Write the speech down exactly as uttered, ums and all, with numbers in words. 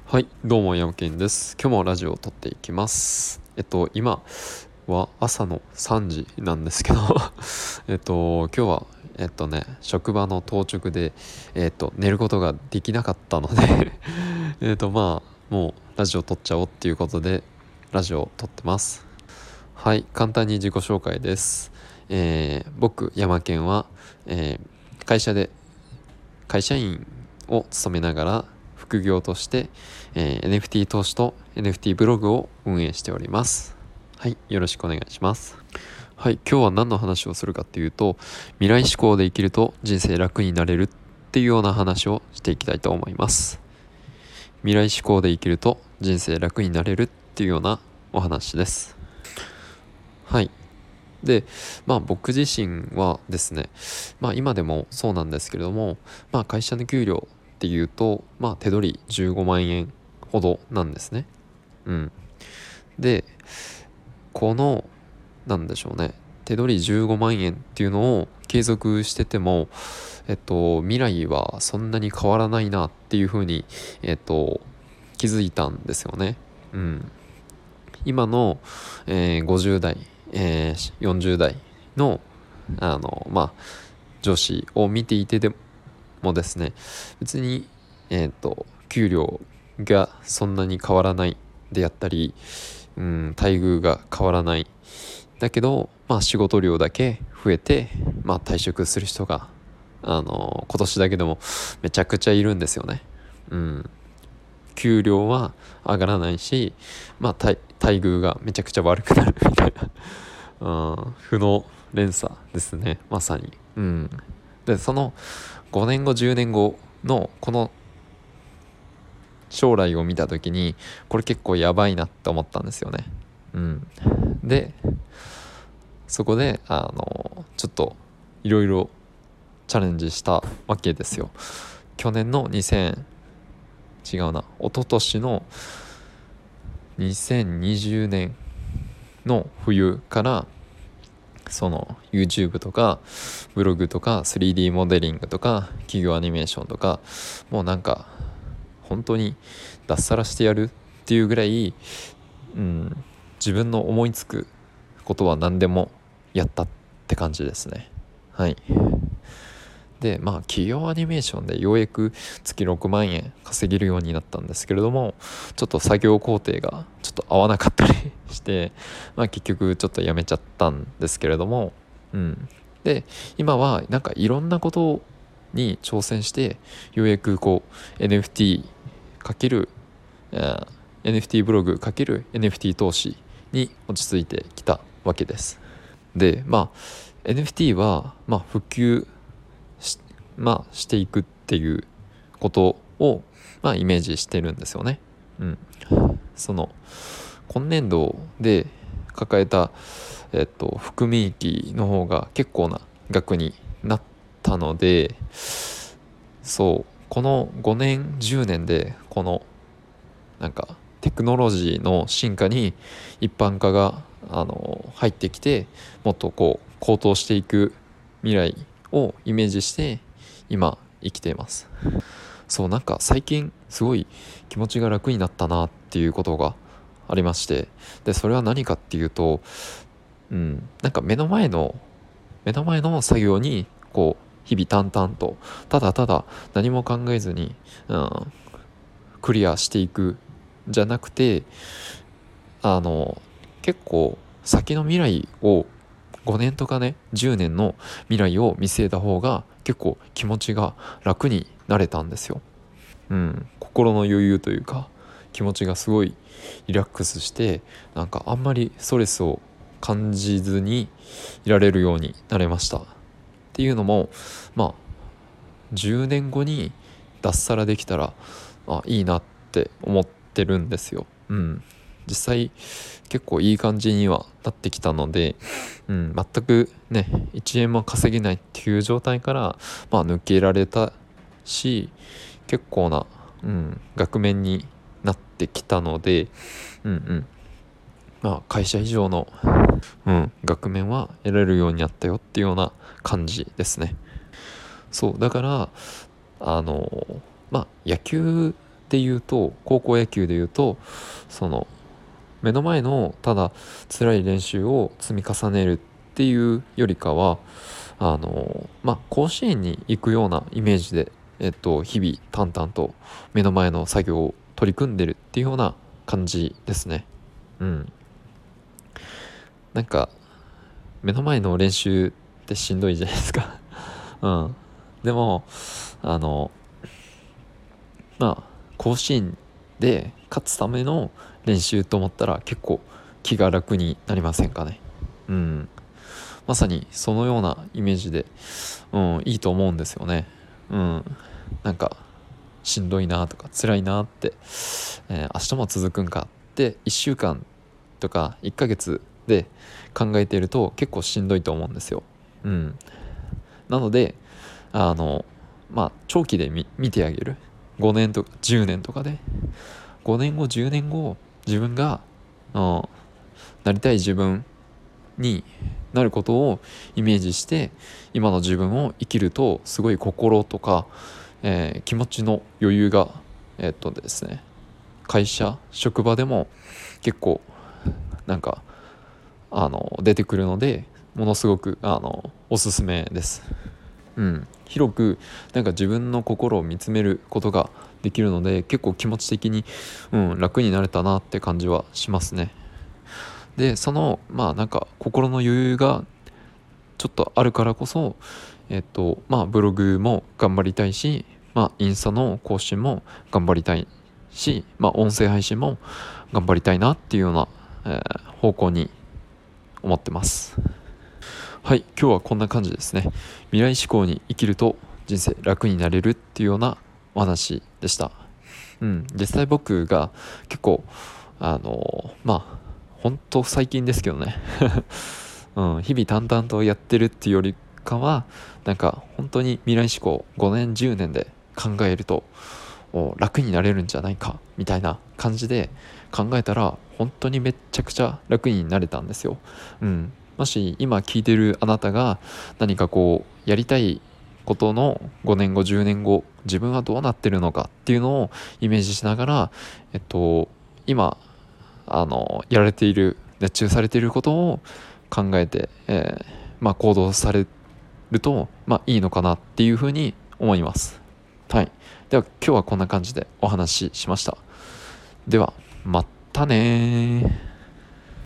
はい、どうも山健です。今日もラジオを撮っていきます。えっと今は朝のさんじなんですけどえっと今日はえっとね職場の当直でえっと寝ることができなかったのでえっとまあもうラジオ撮っちゃおうっていうことでラジオを撮ってます。はい、簡単に自己紹介です。えー僕山健は、えー会社で会社員を務めながら副業として、えー エヌエフティー 投資と エヌエフティー ブログを運営しております。はい、よろしくお願いします。はい、今日は何の話をするかっていうと、未来志向で生きると人生楽になれるっていうような話をしていきたいと思います。未来志向で生きると人生楽になれるっていうようなお話です。はい。で、まあ僕自身はですね、まあ今でもそうなんですけれども、まあ会社の給料っていうと、まあ手取りじゅうごまん円ほどなんですね。うん。で、この、なんでしょうね、手取りじゅうごまん円っていうのを継続してても、えっと、未来はそんなに変わらないなっていうふうに、えっと、気づいたんですよね。うん。今の、えーごじゅう代、えーよんじゅう代の、あの、まあ、上司を見ていてでもですね、別に、えっと、給料がそんなに変わらないであったり、うん、待遇が変わらない。だけど、まあ、仕事量だけ増えて、まあ、退職する人が、あの、今年だけでもめちゃくちゃいるんですよね。うん。給料は上がらないし、まあ、待待遇がめちゃくちゃ悪くなるみたいなうん、負の連鎖ですね、まさに。うん。で、そのごねんご、じゅうねんごのこの将来を見た時に、これ結構やばいなって思ったんですよね。うん。で、そこで、あの、ちょっといろいろチャレンジしたわけですよ。去年のにせん、違うな、一昨年のにせんにじゅうねんの冬からその YouTube とかブログとか スリーディー モデリングとか企業アニメーションとかもうなんか本当に脱サラしてやるっていうぐらい、うん、自分の思いつくことは何でもやったって感じですね。はい。でまあ企業アニメーションでようやく月ろくまん円稼げるようになったんですけれども、ちょっと作業工程がちょっと合わなかったりして、まあ、結局ちょっとやめちゃったんですけれども、うん、で今はなんかいろんなことに挑戦してようやくこう エヌエフティー かける エヌエフティー ブログかける エヌエフティー 投資に落ち着いてきたわけです。でまあ エヌエフティー はまあ普及し,、まあ、していくっていうことを、まあ、イメージしてるんですよね。うん、その今年度で抱えた、えっと、含み益の方が結構な額になったので、そうこのごねんじゅうねんでこのなんかテクノロジーの進化に一般化があの入ってきて、もっとこう高騰していく未来をイメージして今生きています。そうなんか最近すごい気持ちが楽になったなっていうことがありまして、でそれは何かっていうと、うんなんか目の前の目の前の作業にこう日々淡々とただただ何も考えずに、うん、クリアしていくじゃなくて、あの結構先の未来をごねんとかねじゅうねんの未来を見据えた方が結構気持ちが楽になれたんですよ。うん、心の余裕というか気持ちがすごいリラックスして、なんかあんまりストレスを感じずにいられるようになれました。っていうのもまあじゅうねんごに脱サラできたらあいいなって思ってるんですよ。うん、実際結構いい感じにはなってきたので、うん、全くねいちえんも稼げないっていう状態から、まあ、抜けられたし結構な、うん、額面になってきたので、うんうんまあ、会社以上の、うん、額面は得られるようになったよっていうような感じですね。そうだからあのまあ野球でっていうと、高校野球でいうと、その目の前のただ辛い練習を積み重ねるっていうよりかは、あのまあ甲子園に行くようなイメージで、えっと、日々淡々と目の前の作業を取り組んでるっていうような感じですね。うん。なんか目の前の練習ってしんどいじゃないですか。うん。でもあのまあ甲子園で勝つための練習と思ったら結構気が楽になりませんかね。うん。まさにそのようなイメージで、うん、いいと思うんですよね。うん。なんかしんどいなとか辛いなって、えー明日も続くんかっていっしゅうかんとかいっかげつで考えていると結構しんどいと思うんですよ。うん。なのであのまあ長期で見、見てあげる、ごねんとかじゅうねんとかで、ごねんごじゅうねんご自分が、うん、なりたい自分になることをイメージして今の自分を生きると、すごい心とか、えー気持ちの余裕が、えーっとですね会社職場でも結構なんかあの出てくるので、ものすごくあのおすすめです。うん、広くなんか自分の心を見つめることができるので、結構気持ち的に、うん、楽になれたなって感じはしますね。でそのまあなんか心の余裕がちょっとあるからこそ、えっとまあブログも頑張りたいし、まあインスタの更新も頑張りたいし、まあ音声配信も頑張りたいなっていうような、えー方向に思ってます。はい、今日はこんな感じですね。未来志向に生きると人生楽になれるっていうようなお話でした。うん、実際僕が結構あのまあ本当最近ですけどね、うん、日々淡々とやってるっていうよりかは、なんか本当に未来志向ごねんじゅうねんで考えると楽になれるんじゃないかみたいな感じで考えたら、本当にめっちゃくちゃ楽になれたんですよ。うん、もし今聞いてるあなたが何かこうやりたいことのごねんごじゅうねんご自分はどうなってるのかっていうのをイメージしながら、えっと今あのやられている熱中されていることを考えて、えーまあ、行動されると、まあ、いいのかなっていうふうに思います。はい。では今日はこんな感じでお話ししました。ではまたね。